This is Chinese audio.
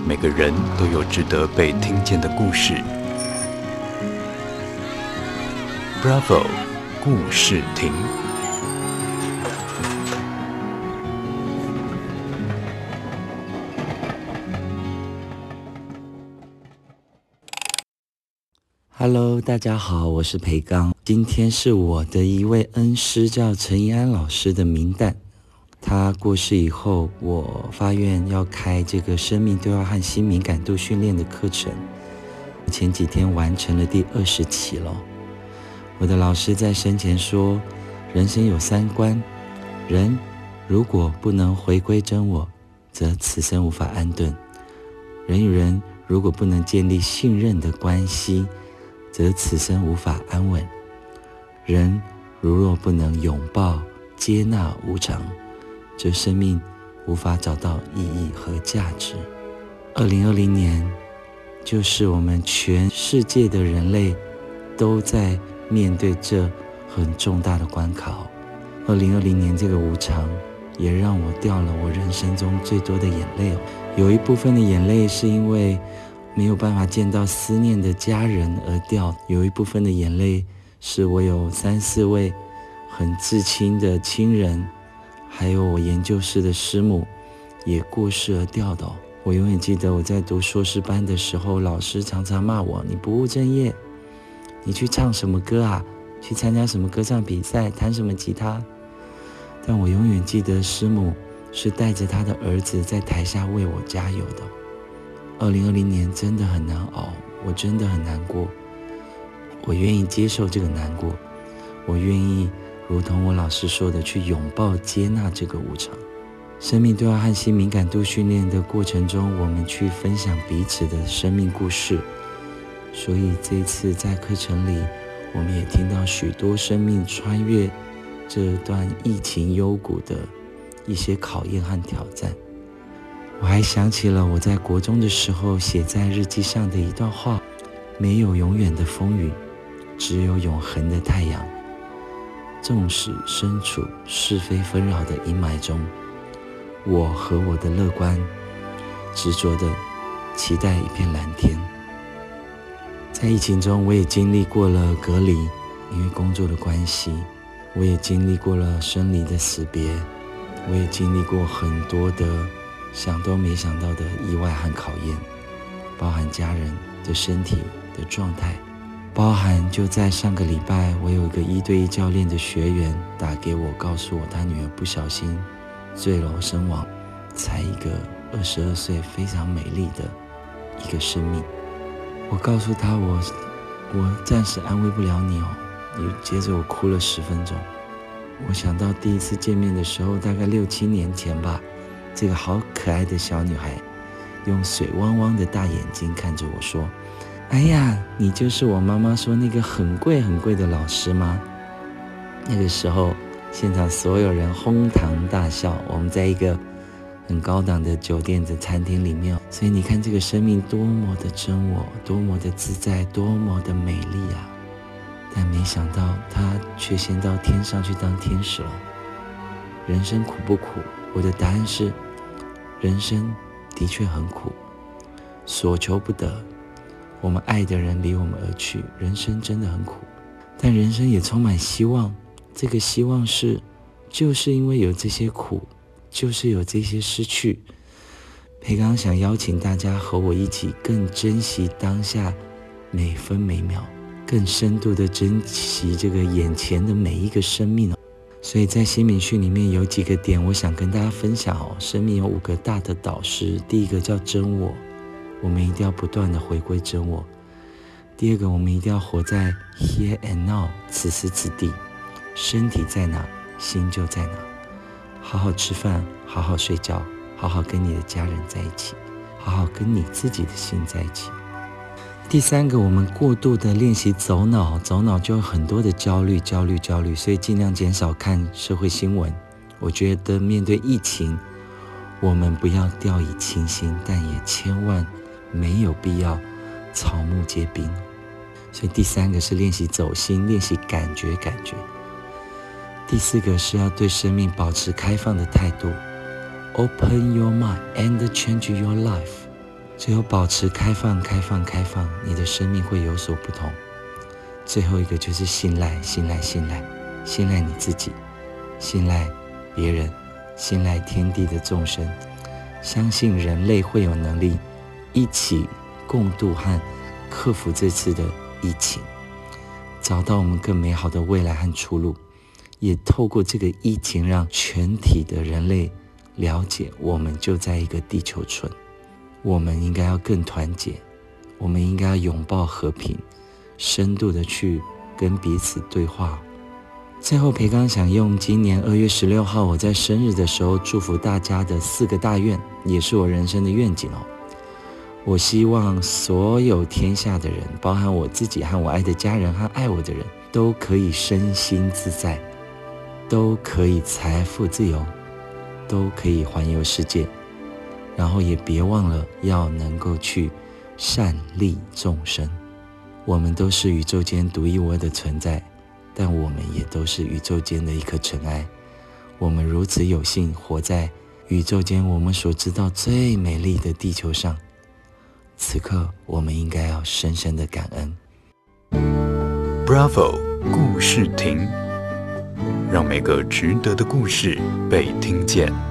每个人都有值得被听见的故事。Bravo， 故事亭。 Hello， 大家好，我是培刚。今天是我的一位恩师，叫陈怡安老师的名旦。他过世以后，我发愿要开这个生命对话和新敏感度训练的课程。前几天完成了第20期了。我的老师在生前说，人生有3关，人如果不能回归真我，则此生无法安顿；人与人如果不能建立信任的关系，则此生无法安稳；人如若不能拥抱接纳无常，则生命无法找到意义和价值。2020年就是我们全世界的人类都在面对这很重大的关考。2020年这个无常也让我掉了我人生中最多的眼泪。有一部分的眼泪是因为没有办法见到思念的家人而掉，有一部分的眼泪是我有3、4位很至亲的亲人，还有我研究室的师母也过世而掉的。我永远记得我在读硕士班的时候，老师常常骂我，你不务正业，你去唱什么歌啊，去参加什么歌唱比赛，弹什么吉他。但我永远记得师母是带着他的儿子在台下为我加油的。2020年真的很难熬，我真的很难过，我愿意接受这个难过，我愿意如同我老师说的去拥抱接纳这个无常。生命对话和新敏感度训练的过程中，我们去分享彼此的生命故事，所以这一次在课程里，我们也听到许多生命穿越这段疫情幽谷的一些考验和挑战。我还想起了我在国中的时候写在日记上的一段话，没有永远的风雨，只有永恒的太阳。纵使身处是非纷扰的阴霾中，我和我的乐观执着地期待一片蓝天。在疫情中，我也经历过了隔离，因为工作的关系，我也经历过了生离的死别，我也经历过很多的想都没想到的意外和考验，包含家人的身体的状态，包含就在上个礼拜，我有一个1对1教练的学员打给我，告诉我他女儿不小心坠楼身亡，才一个22岁非常美丽的一个生命。我告诉他我暂时安慰不了你哦。接着我哭了10分钟。我想到第一次见面的时候，大概6、7年前吧，这个好可爱的小女孩用水汪汪的大眼睛看着我说，哎呀，你就是我妈妈说那个很贵很贵的老师吗？那个时候现场所有人哄堂大笑，我们在一个很高档的酒店的餐厅里面，所以你看这个生命多么的真我，多么的自在，多么的美丽啊！但没想到她却先到天上去当天使了。人生苦不苦？我的答案是，人生的确很苦，所求不得，我们爱的人离我们而去，人生真的很苦。但人生也充满希望，这个希望是，就是因为有这些苦，就是有这些失去，培刚想邀请大家和我一起更珍惜当下每分每秒，更深度的珍惜这个眼前的每一个生命。所以在新敏训里面有几个点我想跟大家分享哦。生命有5个大的导师，第一个叫真我，我们一定要不断的回归真我。第二个，我们一定要活在 here and now， 此时此地，身体在哪，心就在哪。好好吃饭，好好睡觉，好好跟你的家人在一起，好好跟你自己的心在一起。第3个，我们过度的练习走脑就有很多的焦虑，所以尽量减少看社会新闻。我觉得面对疫情，我们不要掉以轻心，但也千万没有必要草木皆兵。所以第3个是练习走心，练习感觉。第4个是要对生命保持开放的态度， Open your mind and change your life。 只有保持开放，你的生命会有所不同。最后一个就是信赖你自己，信赖别人，信赖天地的众生，相信人类会有能力一起共度和克服这次的疫情，找到我们更美好的未来和出路。也透过这个疫情让全体的人类了解，我们就在一个地球村，我们应该要更团结，我们应该要拥抱和平，深度的去跟彼此对话。最后培刚想用今年2月16号我在生日的时候祝福大家的4个大愿，也是我人生的愿景。我希望所有天下的人，包含我自己和我爱的家人和爱我的人，都可以身心自在，都可以财富自由，都可以环游世界，然后也别忘了要能够去善利众生。我们都是宇宙间独一无二的存在，但我们也都是宇宙间的一颗尘埃。我们如此有幸活在宇宙间我们所知道最美丽的地球上，此刻我们应该要深深的感恩。 Bravo 故事亭，让每个值得的故事被听见。